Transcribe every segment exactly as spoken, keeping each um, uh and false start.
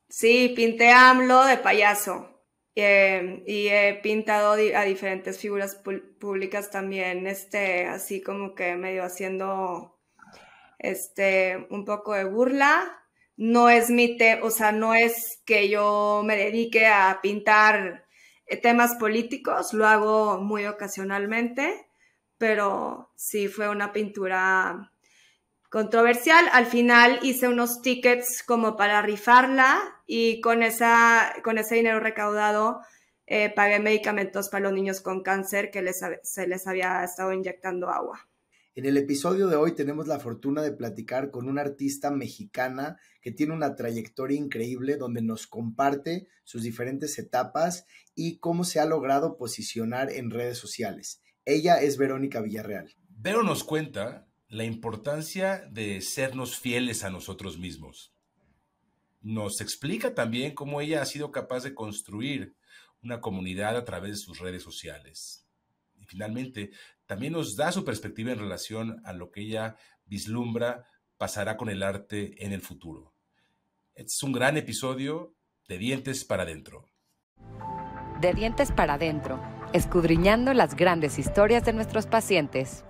Sí, pinté a AMLO de payaso. Eh, y he pintado di- a diferentes figuras pul- públicas también, este, así como que medio haciendo este, un poco de burla. No es mi te, o sea, no es que yo me dedique a pintar eh, temas políticos, lo hago muy ocasionalmente, pero sí fue una pintura controversial. Al final hice unos tickets como para rifarla y con, esa, con ese dinero recaudado eh, pagué medicamentos para los niños con cáncer que les, se les había estado inyectando agua. En el episodio de hoy tenemos la fortuna de platicar con una artista mexicana que tiene una trayectoria increíble donde nos comparte sus diferentes etapas y cómo se ha logrado posicionar en redes sociales. Ella es Verónica Villarreal. Vero nos cuenta la importancia de sernos fieles a nosotros mismos. Nos explica también cómo ella ha sido capaz de construir una comunidad a través de sus redes sociales. Y finalmente, también nos da su perspectiva en relación a lo que ella vislumbra pasará con el arte en el futuro. Este es un gran episodio de Dientes para Adentro. De Dientes para Adentro, escudriñando las grandes historias de nuestros pacientes.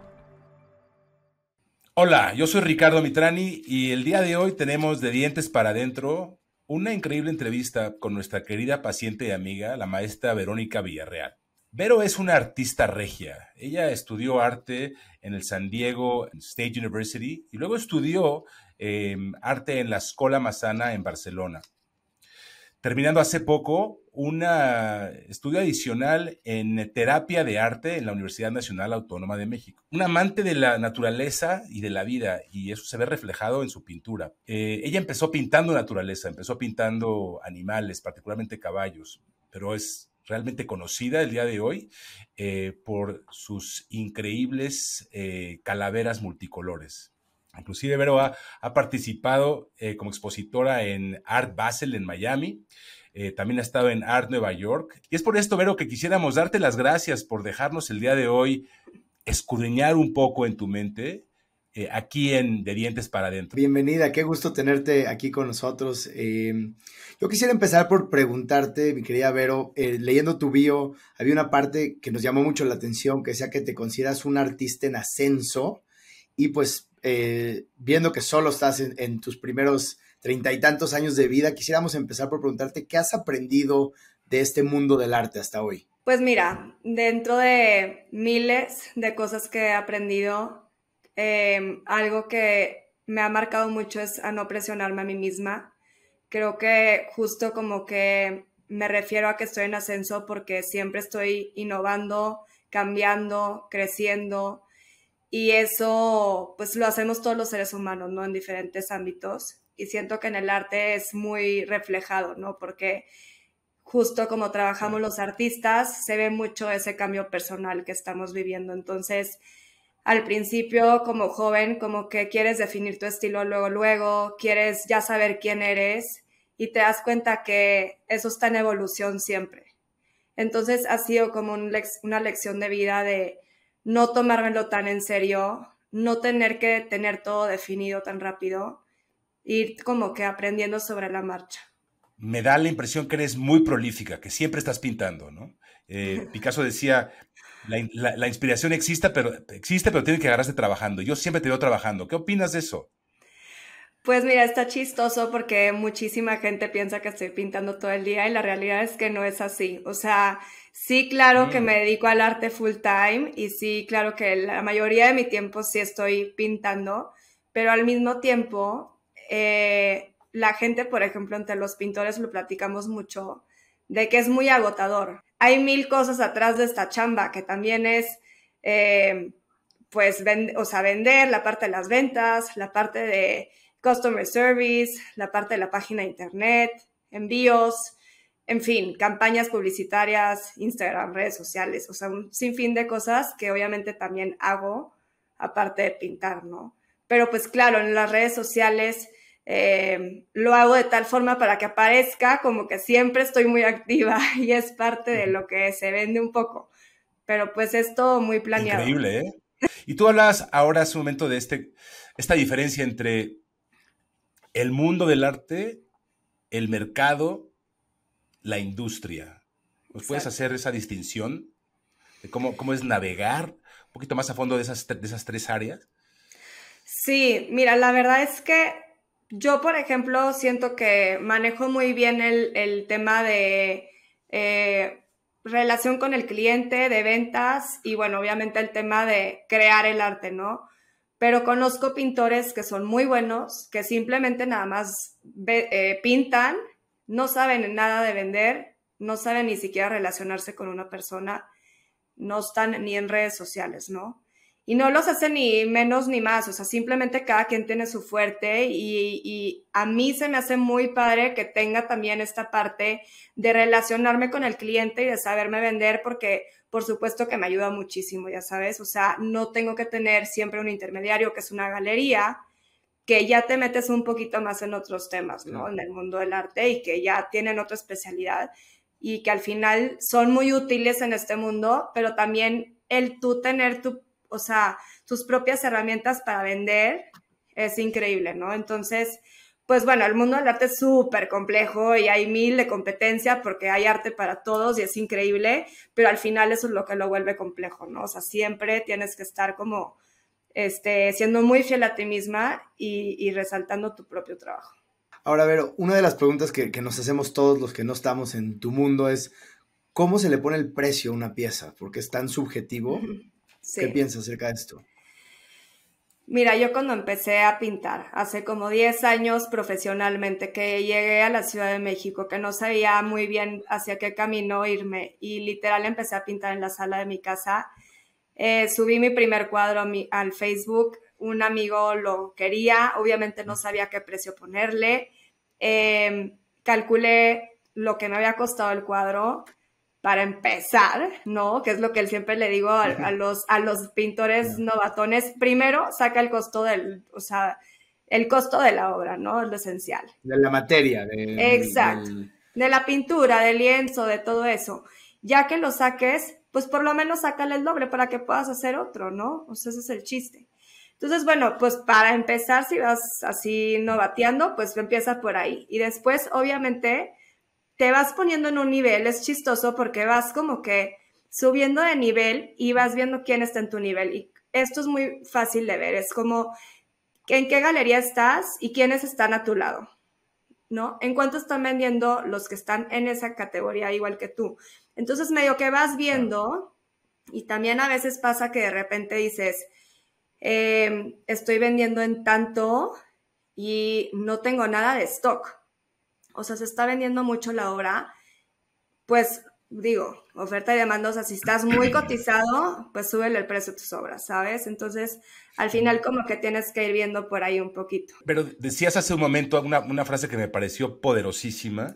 Hola, yo soy Ricardo Mitrani y el día de hoy tenemos de Dientes para Adentro una increíble entrevista con nuestra querida paciente y amiga, la maestra Verónica Villarreal. Vero es una artista regia. Ella estudió arte en el San Diego State University y luego estudió eh, arte en la Escola Massana en Barcelona. Terminando hace poco un estudio adicional en terapia de arte en la Universidad Nacional Autónoma de México. Un amante de la naturaleza y de la vida, y eso se ve reflejado en su pintura. Eh, ella empezó pintando naturaleza, empezó pintando animales, particularmente caballos, pero es realmente conocida el día de hoy eh, por sus increíbles eh, calaveras multicolores. Inclusive Vero ha, ha participado eh, como expositora en Art Basel en Miami, eh, también ha estado en Art Nueva York. Y es por esto, Vero, que quisiéramos darte las gracias por dejarnos el día de hoy escudriñar un poco en tu mente eh, aquí en De Dientes para Adentro. Bienvenida, qué gusto tenerte aquí con nosotros. Eh, yo quisiera empezar por preguntarte, mi querida Vero, eh, leyendo tu bio, había una parte que nos llamó mucho la atención, que decía que te consideras un artista en ascenso y pues eh, viendo que solo estás en, en tus primeros treinta y tantos años de vida, quisiéramos empezar por preguntarte qué has aprendido de este mundo del arte hasta hoy. Pues mira, dentro de miles de cosas que he aprendido, eh, algo que me ha marcado mucho es a no presionarme a mí misma. Creo que justo como que me refiero a que estoy en ascenso porque siempre estoy innovando, cambiando, creciendo. Y eso, pues lo hacemos todos los seres humanos, ¿no? En diferentes ámbitos. Y siento que en el arte es muy reflejado, ¿no? Porque justo como trabajamos los artistas, se ve mucho ese cambio personal que estamos viviendo. Entonces, al principio, como joven, como que quieres definir tu estilo luego, luego, quieres ya saber quién eres y te das cuenta que eso está en evolución siempre. Entonces, ha sido como un lex- una lección de vida de no tomármelo tan en serio, no tener que tener todo definido tan rápido, ir como que aprendiendo sobre la marcha. Me da la impresión que eres muy prolífica, que siempre estás pintando, ¿no? Eh, Picasso decía, la, la, la inspiración existe pero, existe, pero tiene que agarrarse trabajando. Yo siempre te veo trabajando. ¿Qué opinas de eso? Pues mira, está chistoso porque muchísima gente piensa que estoy pintando todo el día y la realidad es que no es así. O sea, sí, claro que Mm. me dedico al arte full time y sí, claro que la mayoría de mi tiempo sí estoy pintando, pero al mismo tiempo, eh, la gente, por ejemplo, entre los pintores lo platicamos mucho, de que es muy agotador. Hay mil cosas atrás de esta chamba que también es... Eh, pues, vend o sea, vender, la parte de las ventas, la parte de customer service, la parte de la página de internet, envíos, en fin, campañas publicitarias, Instagram, redes sociales, o sea, un sinfín de cosas que obviamente también hago, aparte de pintar, ¿no? Pero pues claro, en las redes sociales eh, lo hago de tal forma para que aparezca como que siempre estoy muy activa y es parte de lo que se vende un poco. Pero pues es todo muy planeado. Increíble, ¿eh? Y tú hablas ahora hace un momento de este, esta diferencia entre el mundo del arte el mercado, la industria. ¿Nos puedes Exacto. hacer esa distinción de cómo, cómo es navegar un poquito más a fondo de esas, de esas tres áreas? Sí, mira, la verdad es que yo, por ejemplo, siento que manejo muy bien el, el tema de eh, relación con el cliente, de ventas y, bueno, obviamente el tema de crear el arte, ¿no? Pero conozco pintores que son muy buenos, que simplemente nada más ve- eh, pintan, no saben nada de vender, no saben ni siquiera relacionarse con una persona, no están ni en redes sociales, ¿no? Y no los hace ni menos ni más, o sea, simplemente cada quien tiene su fuerte y, y a mí se me hace muy padre que tenga también esta parte de relacionarme con el cliente y de saberme vender porque por supuesto que me ayuda muchísimo, ya sabes, o sea, no tengo que tener siempre un intermediario que es una galería, que ya te metes un poquito más en otros temas, ¿no? Claro. En el mundo del arte y que ya tienen otra especialidad y que al final son muy útiles en este mundo, pero también el tú tener tu, o sea, tus propias herramientas para vender es increíble, ¿no? Entonces, pues bueno, el mundo del arte es súper complejo y hay mil de competencia porque hay arte para todos y es increíble, pero al final eso es lo que lo vuelve complejo, ¿no? O sea, siempre tienes que estar como este, siendo muy fiel a ti misma y, y resaltando tu propio trabajo. Ahora, Vero, una de las preguntas que, que nos hacemos todos los que no estamos en tu mundo es, ¿cómo se le pone el precio a una pieza? Porque es tan subjetivo. ¿Qué Sí. piensas acerca de esto? Mira, yo cuando empecé a pintar, hace como diez años profesionalmente, que llegué a la Ciudad de México, que no sabía muy bien hacia qué camino irme y literal empecé a pintar en la sala de mi casa, eh, subí mi primer cuadro a mi, al Facebook, un amigo lo quería, obviamente no sabía qué precio ponerle, eh, calculé lo que me había costado el cuadro para empezar, ¿no? Que es lo que él siempre le digo a, a los, a los pintores Claro. novatones. Primero, saca el costo del, o sea, el costo de la obra, ¿no? Es lo esencial. De la materia, de- del, Exacto. del- De la pintura, del lienzo, de todo eso. Ya que lo saques, pues por lo menos sácale el doble para que puedas hacer otro, ¿no? O sea, ese es el chiste. Entonces, bueno, pues para empezar, si vas así novateando, pues empieza por ahí. Y después, obviamente, te vas poniendo en un nivel, es chistoso porque vas como que subiendo de nivel y vas viendo quién está en tu nivel. Y esto es muy fácil de ver, es como en qué galería estás y quiénes están a tu lado, ¿no? En cuánto están vendiendo los que están en esa categoría igual que tú. Entonces, medio que vas claro. viendo y también a veces pasa que de repente dices, eh, estoy vendiendo en tanto y no tengo nada de stock. O sea, se está vendiendo mucho la obra, pues digo, oferta y demanda, o sea, si estás muy cotizado, pues súbele el precio de tus obras, ¿sabes? Entonces, al final como que tienes que ir viendo por ahí un poquito. Pero decías hace un momento una, una frase que me pareció poderosísima.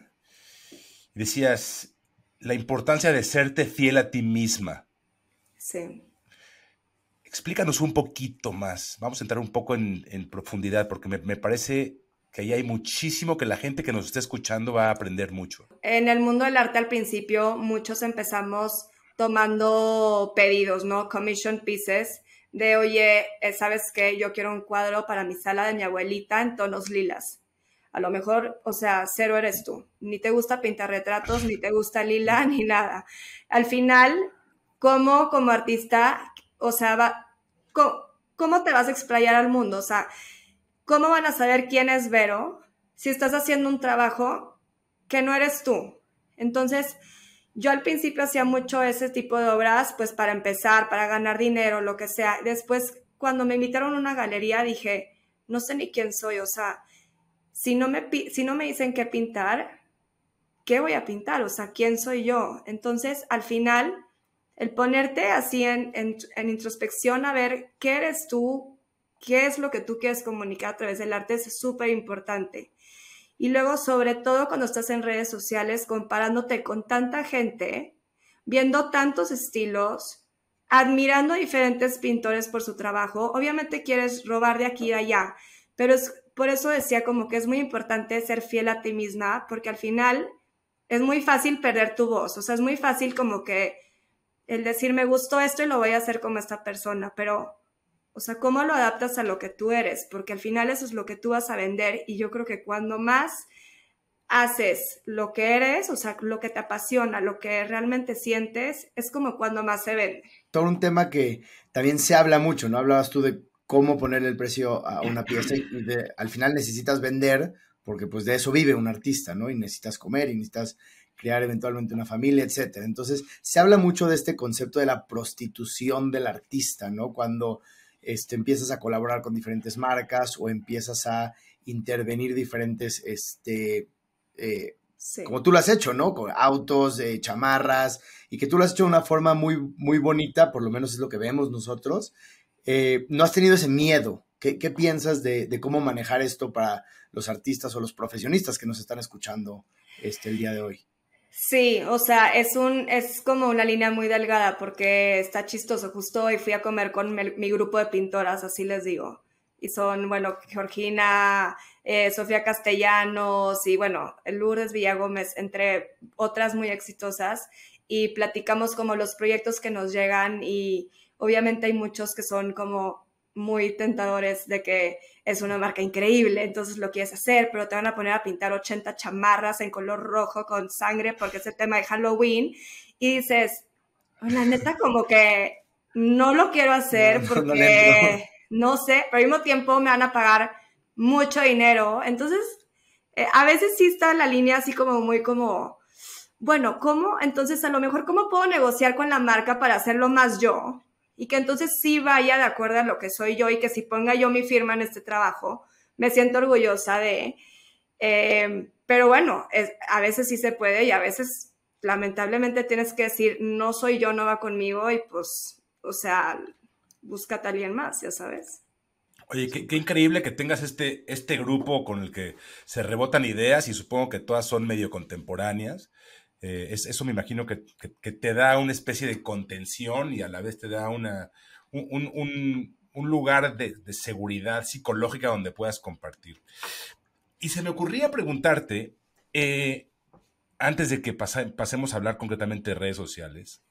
Decías, la importancia de serte fiel a ti misma. Sí. Explícanos un poquito más. Vamos a entrar un poco en, en profundidad porque me, me parece que ahí hay muchísimo que la gente que nos está escuchando va a aprender mucho. En el mundo del arte al principio muchos empezamos tomando pedidos, ¿no? Commission pieces de, oye, eh, ¿sabes qué? Yo quiero un cuadro para mi sala de mi abuelita en tonos lilas. A lo mejor, o sea, cero eres tú. Ni te gusta pintar retratos, ni te gusta lila, ni nada. Al final, ¿cómo como artista, o sea, va, ¿cómo, cómo te vas a explayar al mundo? O sea, ¿cómo van a saber quién es Vero si estás haciendo un trabajo que no eres tú? Entonces, yo al principio hacía mucho ese tipo de obras, pues para empezar, para ganar dinero, lo que sea. Después, cuando me invitaron a una galería, dije, no sé ni quién soy, o sea, si no me, si no me dicen qué pintar, ¿qué voy a pintar? O sea, ¿quién soy yo? Entonces, al final, el ponerte así en, en, en introspección a ver qué eres tú, qué es lo que tú quieres comunicar a través del arte es súper importante. Y luego, sobre todo cuando estás en redes sociales, comparándote con tanta gente, viendo tantos estilos, admirando a diferentes pintores por su trabajo, obviamente quieres robar de aquí y de allá, pero es, por eso decía como que es muy importante ser fiel a ti misma, porque al final es muy fácil perder tu voz, o sea, es muy fácil como que el decir me gustó esto y lo voy a hacer como esta persona, pero, o sea, ¿cómo lo adaptas a lo que tú eres? Porque al final eso es lo que tú vas a vender y yo creo que cuando más haces lo que eres, o sea, lo que te apasiona, lo que realmente sientes, es como cuando más se vende. Todo un tema que también se habla mucho, ¿no? Hablabas tú de cómo ponerle el precio a una pieza y de, al final necesitas vender porque pues de eso vive un artista, ¿no? Y necesitas comer y necesitas crear eventualmente una familia, etcétera. Entonces, se habla mucho de este concepto de la prostitución del artista, ¿no? Cuando este, empiezas a colaborar con diferentes marcas o empiezas a intervenir diferentes, este, eh, sí. como tú lo has hecho, ¿no? Con autos, eh, chamarras, y que tú lo has hecho de una forma muy, muy bonita, por lo menos es lo que vemos nosotros. Eh, ¿no has tenido ese miedo? ¿Qué, qué piensas de, de cómo manejar esto para los artistas o los profesionistas que nos están escuchando este, el día de hoy? Sí, o sea, es un es como una línea muy delgada porque está chistoso. Justo hoy fui a comer con mi, mi grupo de pintoras, así les digo. Y son, bueno, Georgina, eh, Sofía Castellanos y, bueno, Lourdes Villagómez, entre otras muy exitosas. Y platicamos como los proyectos que nos llegan y obviamente hay muchos que son como muy tentadores de que es una marca increíble, entonces lo quieres hacer, pero te van a poner a pintar ochenta chamarras en color rojo con sangre porque es el tema de Halloween y dices, la neta como que no lo quiero hacer no, porque no, no sé, pero al mismo tiempo me van a pagar mucho dinero, entonces eh, a veces sí está la línea así como muy como, bueno, ¿cómo? Entonces a lo mejor ¿cómo puedo negociar con la marca para hacerlo más yo? Y que entonces sí vaya de acuerdo a lo que soy yo y que si ponga yo mi firma en este trabajo, me siento orgullosa de... Eh, pero bueno, es, a veces sí se puede y a veces lamentablemente tienes que decir, no soy yo, no va conmigo y pues, o sea, búscate a alguien más, ya sabes. Oye, qué, qué increíble que tengas este, este grupo con el que se rebotan ideas y supongo que todas son medio contemporáneas. Eh, es, eso me imagino que, que, que te da una especie de contención y a la vez te da una, un, un, un lugar de, de seguridad psicológica donde puedas compartir. Y se me ocurría preguntarte, eh, antes de que pasa, pasemos a hablar concretamente de redes sociales,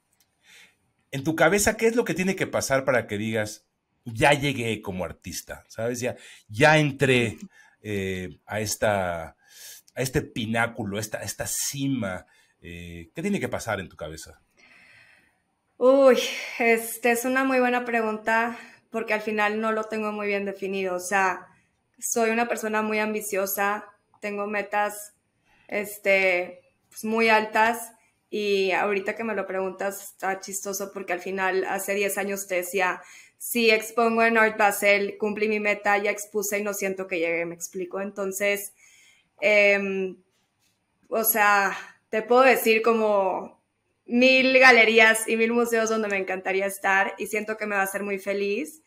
en tu cabeza, ¿qué es lo que tiene que pasar para que digas, ya llegué como artista, ¿sabes? Ya, ya entré eh, a, esta, a este pináculo, esta, a esta cima. Eh, ¿Qué tiene que pasar en tu cabeza? Uy, este es una muy buena pregunta porque al final no lo tengo muy bien definido. O sea, soy una persona muy ambiciosa, tengo metas este, pues muy altas y ahorita que me lo preguntas está chistoso porque al final hace diez años te decía, si expongo en Art Basel, cumplí mi meta, ya expuse y no siento que llegue, me explico. Entonces, eh, o sea... Te puedo decir como mil galerías y mil museos donde me encantaría estar y siento que me va a hacer muy feliz,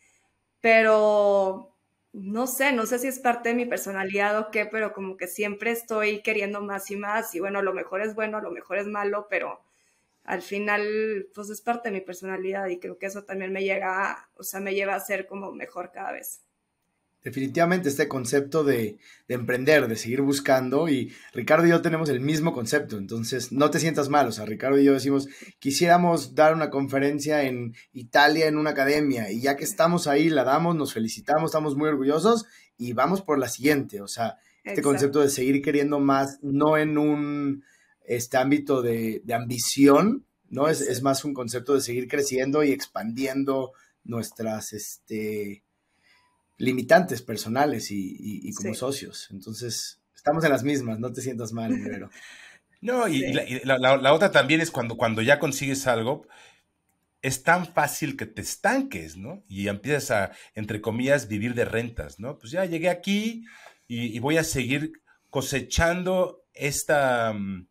pero no sé, no sé si es parte de mi personalidad o qué, pero como que siempre estoy queriendo más y más y bueno, lo mejor es bueno, lo mejor es malo, pero al final pues es parte de mi personalidad y creo que eso también me llega, o sea, me lleva a ser como mejor cada vez. Definitivamente este concepto de, de emprender, de seguir buscando, y Ricardo y yo tenemos el mismo concepto, entonces no te sientas mal. O sea, Ricardo y yo decimos, quisiéramos dar una conferencia en Italia en una academia y ya que estamos ahí la damos, nos felicitamos, estamos muy orgullosos y vamos por la siguiente. O sea, este Exacto. concepto de seguir queriendo más, no en un este ámbito de, de ambición, ¿no? Es, es más un concepto de seguir creciendo y expandiendo nuestras, este... limitantes personales y, y, y como sí. socios. Entonces, estamos en las mismas, no te sientas mal, Ibero. No, y, sí. y, la, y la, la, la otra también es cuando, cuando ya consigues algo, es tan fácil que te estanques, ¿no? Y empiezas a, entre comillas, vivir de rentas, ¿no? Pues ya llegué aquí y, y voy a seguir cosechando esta,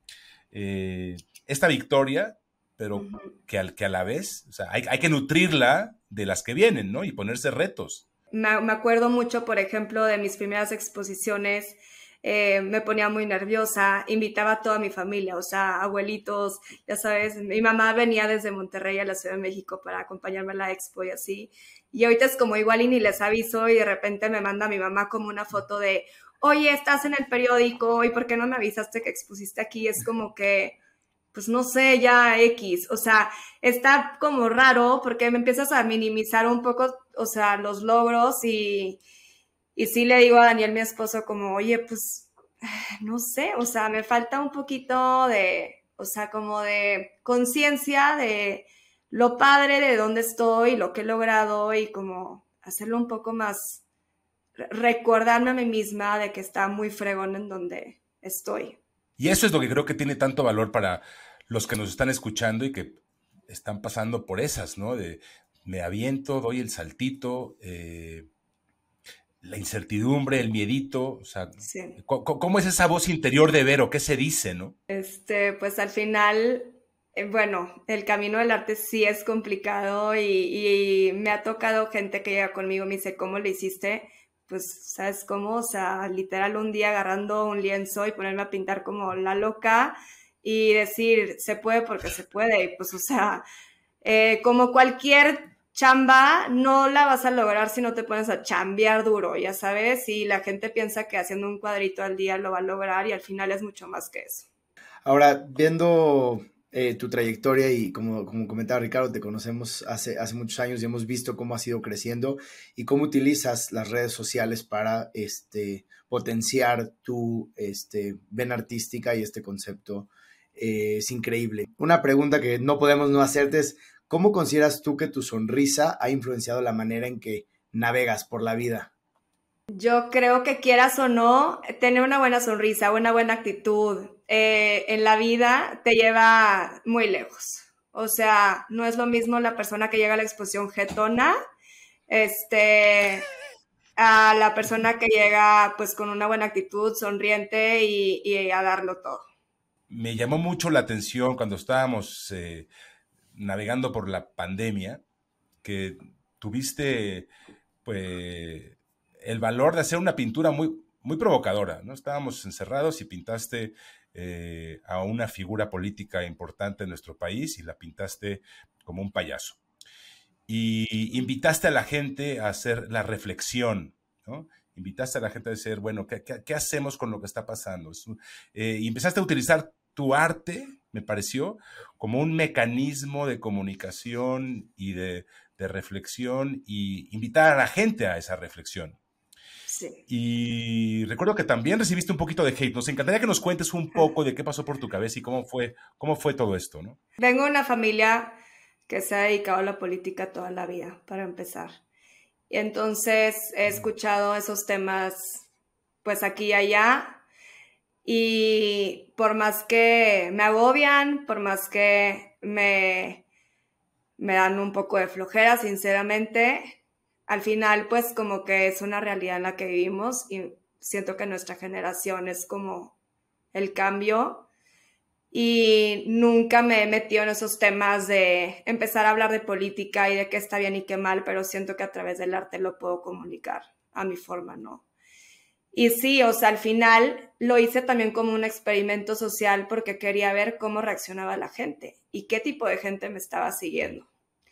eh, esta victoria, pero uh-huh. que, al, que a la vez, o sea, hay, hay que nutrirla de las que vienen, ¿no? Y ponerse retos. Me, me acuerdo mucho, por ejemplo, de mis primeras exposiciones, eh, me ponía muy nerviosa, invitaba a toda mi familia, o sea, abuelitos, ya sabes, mi mamá venía desde Monterrey a la Ciudad de México para acompañarme a la expo y así, y ahorita es como igual y ni les aviso y de repente me manda mi mamá como una foto de, oye, estás en el periódico, ¿y por qué no me avisaste que expusiste aquí? Es como que... pues no sé, ya X, o sea, está como raro porque me empiezas a minimizar un poco, o sea, los logros y, y sí le digo a Daniel, mi esposo, como, oye, pues no sé, o sea, me falta un poquito de, o sea, como de conciencia de lo padre de dónde estoy, lo que he logrado y como hacerlo un poco más, recordarme a mí misma de que está muy fregón en donde estoy. Y eso es lo que creo que tiene tanto valor para los que nos están escuchando y que están pasando por esas, ¿no? De me aviento, doy el saltito, eh, la incertidumbre, el miedito, o sea, Sí. ¿cómo es esa voz interior de Vero? ¿Qué se dice, no? Este, pues al final, eh, bueno, el camino del arte sí es complicado y, y me ha tocado gente que llega conmigo y me dice, ¿cómo le hiciste? Pues, ¿sabes cómo? O sea, literal un día agarrando un lienzo y ponerme a pintar como la loca y decir, se puede porque se puede. Y pues, o sea, eh, como cualquier chamba, no la vas a lograr si no te pones a chambear duro, ya sabes, y la gente piensa que haciendo un cuadrito al día lo va a lograr y al final es mucho más que eso. Ahora, viendo eh, tu trayectoria y como, como comentaba Ricardo, te conocemos hace, hace muchos años y hemos visto cómo has ido creciendo y cómo utilizas las redes sociales para este, potenciar tu este, vena artística y este concepto. Eh, es increíble. Una pregunta que no podemos no hacerte es, ¿cómo consideras tú que tu sonrisa ha influenciado la manera en que navegas por la vida? Yo creo que quieras o no, tener una buena sonrisa, una buena actitud eh, en la vida te lleva muy lejos. O sea, no es lo mismo la persona que llega a la exposición jetona, este, a la persona que llega pues con una buena actitud, sonriente y, y a darlo todo. Me llamó mucho la atención cuando estábamos eh, navegando por la pandemia, que tuviste pues el valor de hacer una pintura muy, muy provocadora, ¿no? Estábamos encerrados y pintaste eh, a una figura política importante en nuestro país y la pintaste como un payaso. Y invitaste a la gente a hacer la reflexión, ¿no? Invitaste a la gente a decir, bueno, ¿qué, qué, qué hacemos con lo que está pasando? Eh, y empezaste a utilizar tu arte, me pareció, como un mecanismo de comunicación y de, de reflexión y invitar a la gente a esa reflexión. Sí. Y recuerdo que también recibiste un poquito de hate. Nos encantaría que nos cuentes un poco de qué pasó por tu cabeza y cómo fue, cómo fue todo esto, ¿no? Vengo de una familia que se ha dedicado a la política toda la vida, para empezar. Y entonces he escuchado esos temas pues aquí y allá y por más que me agobian, por más que me, me dan un poco de flojera, sinceramente, al final pues como que es una realidad en la que vivimos y siento que nuestra generación es como el cambio. Y nunca me he metido en esos temas de empezar a hablar de política y de qué está bien y qué mal, pero siento que a través del arte lo puedo comunicar a mi forma, ¿no? Y sí, o sea, al final lo hice también como un experimento social porque quería ver cómo reaccionaba la gente y qué tipo de gente me estaba siguiendo.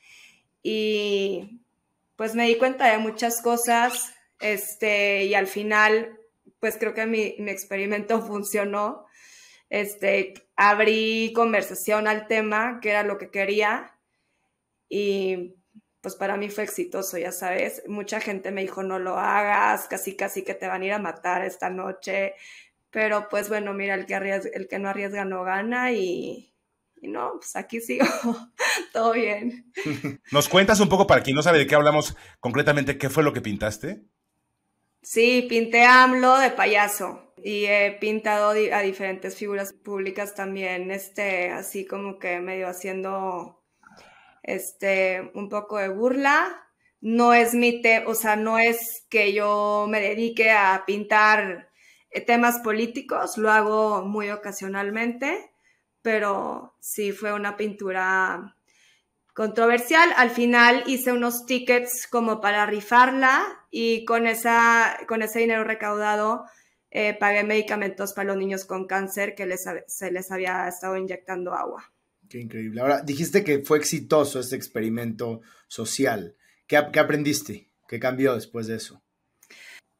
Y pues me di cuenta de muchas cosas, este, y al final, pues creo que mi, mi experimento funcionó. Este, abrí conversación al tema, que era lo que quería, y pues para mí fue exitoso, ya sabes. Mucha gente me dijo, no lo hagas, casi casi que te van a ir a matar esta noche, pero pues bueno, mira, el que, arriesga, el que no arriesga no gana, y, y no, pues aquí sigo, todo bien. ¿Nos cuentas un poco, para quien no sabe de qué hablamos concretamente, qué fue lo que pintaste? Sí, pinté a AMLO de payaso y he pintado a diferentes figuras públicas también, este, así como que medio haciendo este, un poco de burla. No es mi tema, o sea, no es que yo me dedique a pintar temas políticos, lo hago muy ocasionalmente, pero sí fue una pintura controversial. Al final hice unos tickets como para rifarla y con, esa, con ese dinero recaudado eh, pagué medicamentos para los niños con cáncer que les, se les había estado inyectando agua. Qué increíble. Ahora, dijiste que fue exitoso este experimento social. ¿Qué, qué aprendiste? ¿Qué cambió después de eso?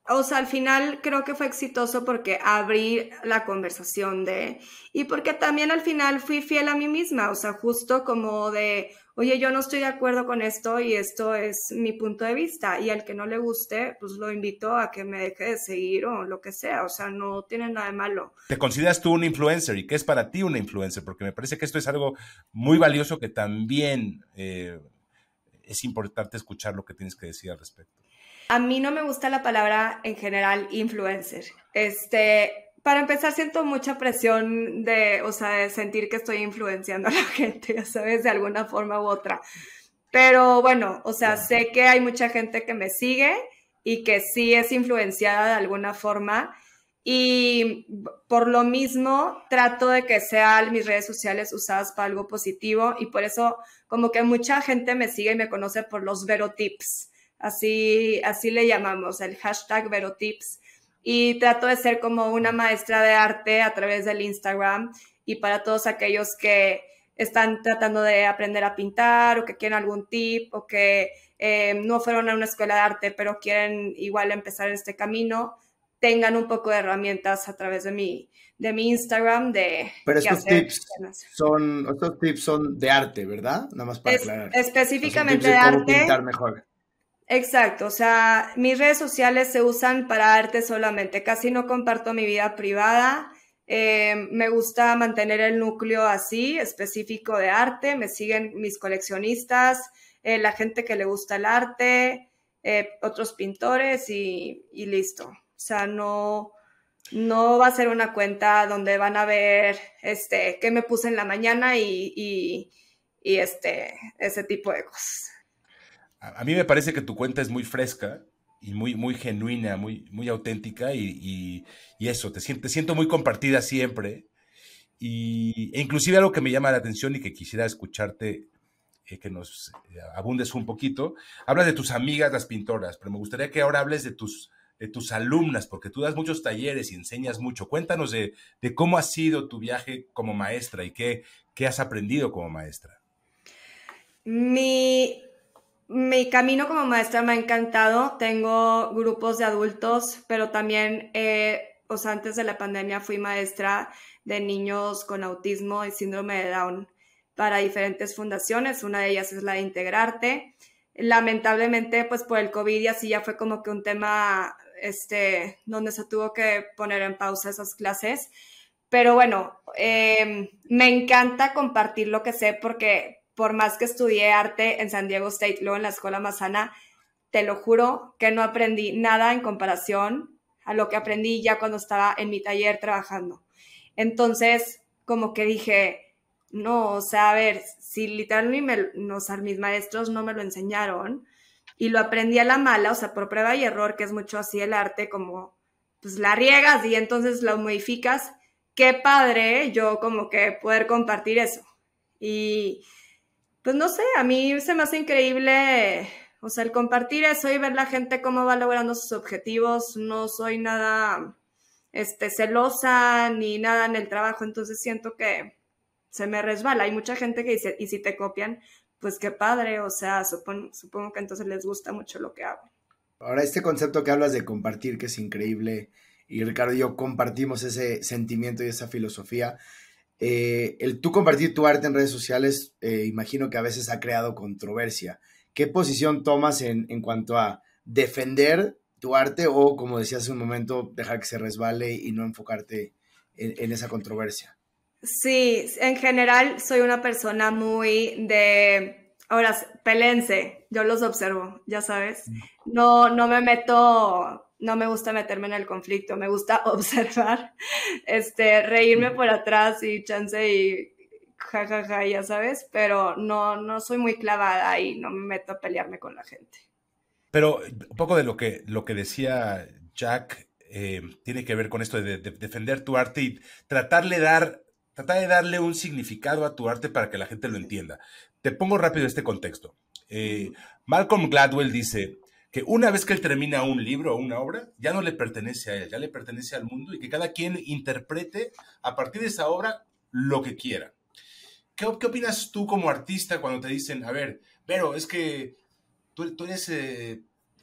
o sea, al final creo que fue exitoso porque abrí la conversación de, y porque también al final fui fiel a mí misma, o sea, justo como de, oye, yo no estoy de acuerdo con esto y esto es mi punto de vista, y al que no le guste, pues lo invito a que me deje de seguir o lo que sea, o sea, no tiene nada de malo. ¿Te consideras tú un influencer? ¿Y qué es para ti una influencer? Porque me parece que esto es algo muy valioso que también eh, es importante escuchar lo que tienes que decir al respecto. A mí no me gusta la palabra en general influencer. Este, para empezar, siento mucha presión de, o sea, de sentir que estoy influenciando a la gente, ya sabes, de alguna forma u otra. Pero bueno, o sea, Claro. sé que hay mucha gente que me sigue y que sí es influenciada de alguna forma. Y por lo mismo trato de que sean mis redes sociales usadas para algo positivo, y por eso como que mucha gente me sigue y me conoce por los Verotips. Así, así le llamamos, el hashtag Verotips. Y trato de ser como una maestra de arte a través del Instagram, y para todos aquellos que están tratando de aprender a pintar o que quieren algún tip o que eh, no fueron a una escuela de arte pero quieren igual empezar en este camino, tengan un poco de herramientas a través de mi, de mi Instagram de Pero qué estos hacer. tips son, estos tips son de arte, ¿verdad? Nada más para Es, aclarar. O sea, son tips específicamente de de cómo arte. pintar mejor. Exacto, o sea, mis redes sociales se usan para arte solamente, casi no comparto mi vida privada. Eh, me gusta mantener el núcleo así, específico de arte, me siguen mis coleccionistas, eh, la gente que le gusta el arte, eh, otros pintores y, y listo. O sea, no, no va a ser una cuenta donde van a ver este, qué me puse en la mañana y, y, y este, ese tipo de cosas. A, a mí me parece que tu cuenta es muy fresca y muy, muy genuina, muy, muy auténtica y, y, y eso, te siento, te siento muy compartida siempre. Y, e inclusive algo que me llama la atención y que quisiera escucharte, eh, que nos eh, abundes un poquito, hablas de tus amigas las pintoras, pero me gustaría que ahora hables de tus, de tus alumnas, porque tú das muchos talleres y enseñas mucho. Cuéntanos de, de cómo ha sido tu viaje como maestra y qué, qué has aprendido como maestra. Mi, mi camino como maestra me ha encantado. Tengo grupos de adultos, pero también, eh, o sea, antes de la pandemia fui maestra de niños con autismo y síndrome de Down para diferentes fundaciones. Una de ellas es la de Integrarte. Lamentablemente, pues por el COVID y así ya fue como que un tema este, donde se tuvo que poner en pausa esas clases. Pero bueno, eh, me encanta compartir lo que sé porque por más que estudié arte en San Diego State, luego en la Escuela Massana, te lo juro que no aprendí nada en comparación a lo que aprendí ya cuando estaba en mi taller trabajando. Entonces, como que dije, no, o sea, a ver, si literalmente me, o sea, mis maestros no me lo enseñaron y lo aprendí a la mala, o sea, por prueba y error, que es mucho así el arte, como pues la riegas y entonces lo modificas. Qué padre yo como que poder compartir eso. Y pues no sé, a mí se me hace increíble, o sea, el compartir eso y ver la gente cómo va logrando sus objetivos. No soy nada este, celosa ni nada en el trabajo, entonces siento que se me resbala. Hay mucha gente que dice, y si te copian, pues qué padre, o sea, supongo, supongo que entonces les gusta mucho lo que hago. Ahora, este concepto que hablas de compartir, que es increíble, y Ricardo y yo compartimos ese sentimiento y esa filosofía. Eh, el tú compartir tu arte en redes sociales, eh, imagino que a veces ha creado controversia. ¿Qué posición tomas en, en cuanto a defender tu arte o, como decías hace un momento, dejar que se resbale y no enfocarte en, en esa controversia? Sí, en general soy una persona muy de, ahora, pelense, yo los observo, ya sabes. No, no me meto, no me gusta meterme en el conflicto, me gusta observar, este, reírme por atrás y chance y jajaja, ja, ja, ya sabes, pero no, no soy muy clavada y no me meto a pelearme con la gente. Pero un poco de lo que, lo que decía Jack eh, tiene que ver con esto de, de defender tu arte y tratarle dar Tratar de darle un significado a tu arte para que la gente lo entienda. Te pongo rápido este contexto. Eh, Malcolm Gladwell dice que una vez que él termina un libro o una obra, ya no le pertenece a él, ya le pertenece al mundo y que cada quien interprete a partir de esa obra lo que quiera. ¿Qué, qué opinas tú como artista cuando te dicen, a ver, Vero, es que tú, tú eres... Eh,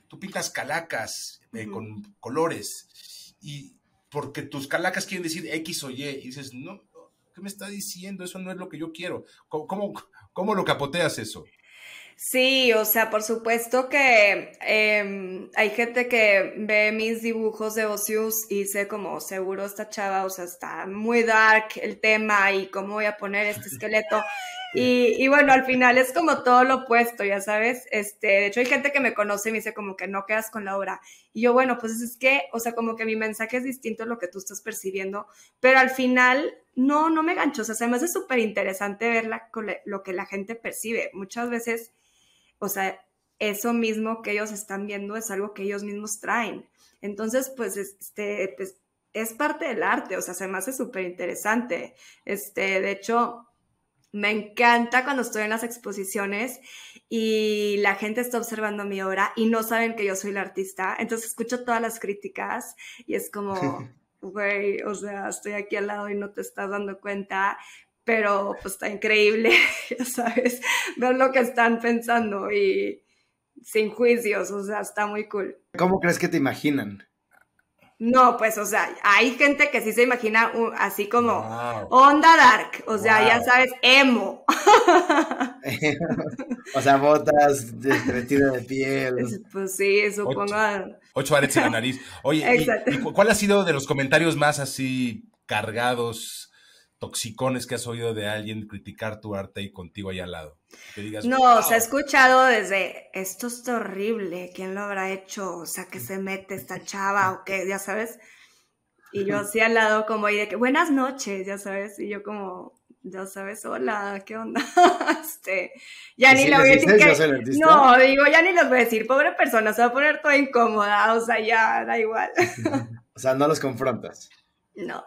tú pintas calacas eh, Ujú. con colores y porque tus calacas quieren decir X o Y y dices, no, ¿qué me está diciendo? Eso no es lo que yo quiero. ¿Cómo, cómo, cómo lo capoteas eso? Sí, o sea, por supuesto que eh, hay gente que ve mis dibujos de Osius y dice como, seguro esta chava, o sea, está muy dark el tema y cómo voy a poner este esqueleto. Y, y bueno, al final es como todo lo opuesto, ya sabes. Este, de hecho, hay gente que me conoce y me dice como que no quedas con la obra. Y yo, bueno, pues es que, o sea, como que mi mensaje es distinto a lo que tú estás percibiendo, pero al final no, no me gancho. O sea, se me hace súper interesante ver la, lo que la gente percibe. Muchas veces, o sea, eso mismo que ellos están viendo es algo que ellos mismos traen. Entonces, pues, este, pues, es parte del arte, o sea, se me hace súper interesante. Este, de hecho, me encanta cuando estoy en las exposiciones y la gente está observando mi obra y no saben que yo soy la artista. Entonces, escucho todas las críticas y es como, güey, o sea, estoy aquí al lado y no te estás dando cuenta. Pero pues está increíble, ya sabes, ver lo que están pensando y sin juicios, o sea, está muy cool. ¿Cómo crees que te imaginan? No, pues, o sea, hay gente que sí se imagina uh, así como Wow. onda dark, o sea, Wow. ya sabes, emo. O sea, botas, vestido de piel. Pues sí, supongo. Ocho, ocho aretes en la nariz. Oye, ¿y, ¿y cuál ha sido de los comentarios más así cargados, toxicones que has oído de alguien criticar tu arte y contigo ahí al lado? Que digas, no, wow. se ha escuchado desde, esto está horrible, ¿quién lo habrá hecho? O sea, ¿qué se mete esta chava o qué? Ya sabes. Y yo así al lado como ahí de que, buenas noches, ya sabes. Y yo como, ya sabes, hola, ¿qué onda? este, ya ni sí, le voy a decir que, yo soy el artista? no, digo, ya ni les voy a decir, pobre persona, se va a poner toda incómoda, o sea, ya, da igual. O sea, no los confrontas. No.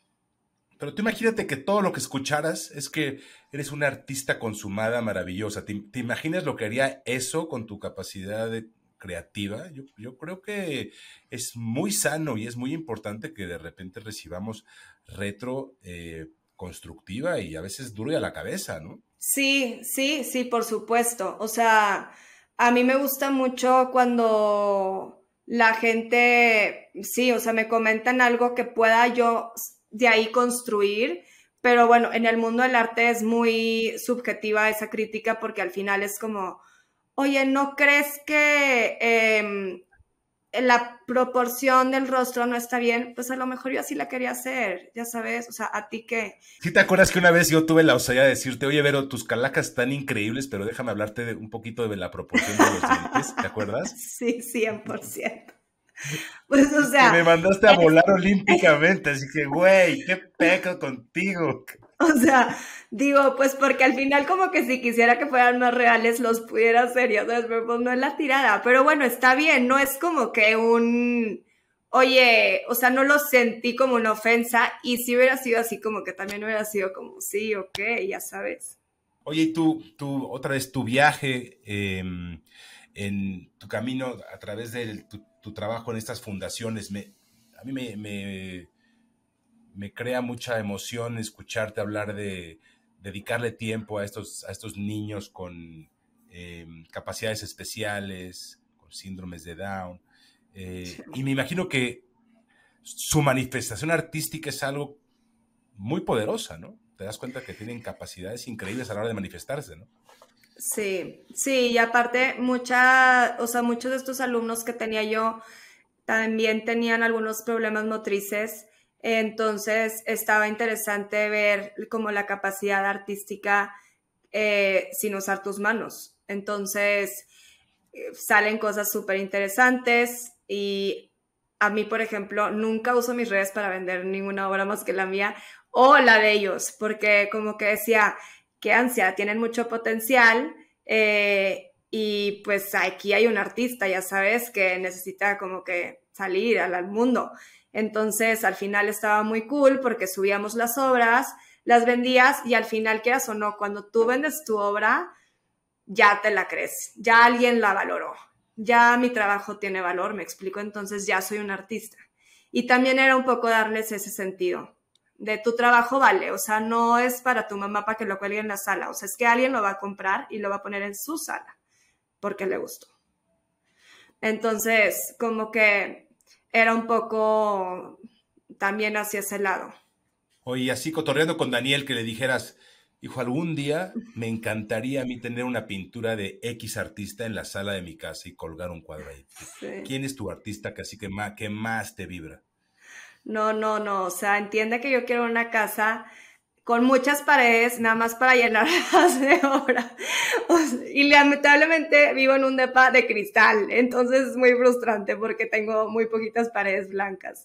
Pero tú imagínate que todo lo que escucharas es que eres una artista consumada, maravillosa. ¿Te, te imaginas lo que haría eso con tu capacidad de, creativa? Yo, yo creo que es muy sano y es muy importante que de repente recibamos retro eh, constructiva y a veces duro y a la cabeza, ¿no? Sí, sí, sí, por supuesto. O sea, a mí me gusta mucho cuando la gente, sí, o sea, me comentan algo que pueda yo de ahí construir, pero bueno, en el mundo del arte es muy subjetiva esa crítica porque al final es como, oye, ¿no crees que eh, la proporción del rostro no está bien? Pues a lo mejor yo así la quería hacer, ya sabes, o sea, ¿a ti qué? ¿Sí te acuerdas que una vez yo tuve la osadía de decirte, oye, Vero, tus calacas están increíbles, pero déjame hablarte de un poquito de la proporción de los dientes? ¿Te acuerdas? Sí, cien por ciento. Pues, o sea... Que me mandaste a volar olímpicamente, así que, güey, qué peco contigo. O sea, digo, pues porque al final como que si quisiera que fueran más reales los pudiera hacer, ya sabes, pero pues no es la tirada. Pero bueno, está bien, no es como que un... Oye, o sea, no lo sentí como una ofensa y si hubiera sido así como que también hubiera sido como, sí, ok, ya sabes. Oye, y tú, tú otra vez tu viaje eh, en tu camino a través de tu, tu trabajo en estas fundaciones, me, a mí me, me, me crea mucha emoción escucharte hablar de dedicarle tiempo a estos, a estos niños con eh, capacidades especiales, con síndromes de Down. Eh, y me imagino que su manifestación artística es algo muy poderosa, ¿no? Te das cuenta que tienen capacidades increíbles a la hora de manifestarse, ¿no? Sí, sí, y aparte mucha, o sea, muchos de estos alumnos que tenía yo también tenían algunos problemas motrices, entonces estaba interesante ver como la capacidad artística eh, sin usar tus manos. Entonces eh, salen cosas súper interesantes y a mí, por ejemplo, nunca uso mis redes para vender ninguna obra más que la mía o la de ellos, porque como que decía, qué ansia, tienen mucho potencial eh, y pues aquí hay un artista, ya sabes, que necesita como que salir al, al mundo. Entonces al final estaba muy cool porque subíamos las obras, las vendías y al final, quieras o no, cuando tú vendes tu obra, ya te la crees, ya alguien la valoró, ya mi trabajo tiene valor, me explico, entonces ya soy un artista. Y también era un poco darles ese sentido de tu trabajo vale, o sea, no es para tu mamá para que lo cuelgue en la sala, o sea, es que alguien lo va a comprar y lo va a poner en su sala porque le gustó. Entonces, como que era un poco también hacia ese lado. Oye, así cotorreando con Daniel, que le dijeras, hijo, algún día me encantaría a mí tener una pintura de X artista en la sala de mi casa y colgar un cuadro ahí. Sí. ¿Quién es tu artista que así que más, que más te vibra? No, no, no, o sea, entiende que yo quiero una casa con muchas paredes, nada más para llenarlas de obra. O sea, y lamentablemente vivo en un depa de cristal, entonces es muy frustrante porque tengo muy poquitas paredes blancas.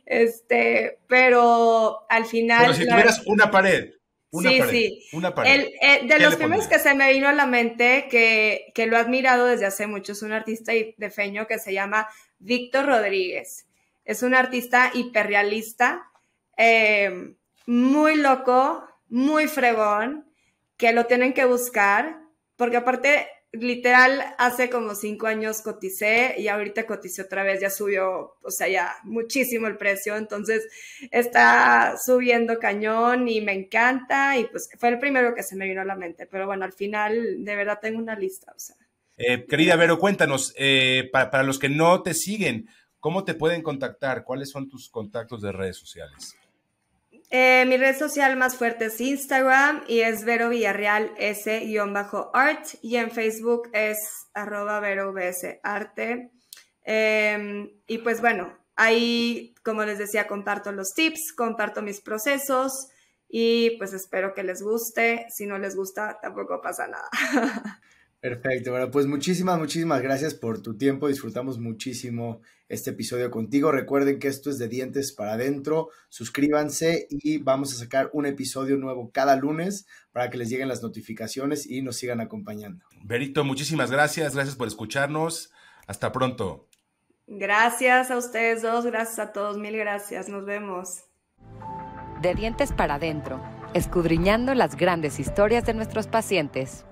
Este, pero al final... Pero si la... tuvieras una pared, una sí, pared, sí. una pared. El, eh, de los primeros que se me vino a la mente, que, que lo he admirado desde hace mucho, es un artista de feño que se llama Víctor Rodríguez. Es un artista hiperrealista, eh, muy loco, muy fregón, que lo tienen que buscar, porque aparte, literal, hace como cinco años coticé y ahorita coticé otra vez, ya subió, o sea, ya muchísimo el precio, entonces está subiendo cañón y me encanta y pues fue el primero que se me vino a la mente, pero bueno, al final de verdad tengo una lista, o sea. Eh, querida Vero, cuéntanos, eh, para, para los que no te siguen, ¿cómo te pueden contactar? ¿Cuáles son tus contactos de redes sociales? Eh, mi red social más fuerte es Instagram y es Vero Villarreal S-art y en Facebook es arroba Vero V S Arte. Eh, y pues bueno, ahí, como les decía, comparto los tips, comparto mis procesos y pues espero que les guste. Si no les gusta, tampoco pasa nada. Perfecto, bueno, pues muchísimas, muchísimas gracias por tu tiempo, disfrutamos muchísimo este episodio contigo. Recuerden que esto es de Dientes para Adentro, suscríbanse y vamos a sacar un episodio nuevo cada lunes para que les lleguen las notificaciones y nos sigan acompañando. Verito, muchísimas gracias, gracias por escucharnos, hasta pronto. Gracias a ustedes dos, gracias a todos, mil gracias, nos vemos. De Dientes para Adentro, escudriñando las grandes historias de nuestros pacientes.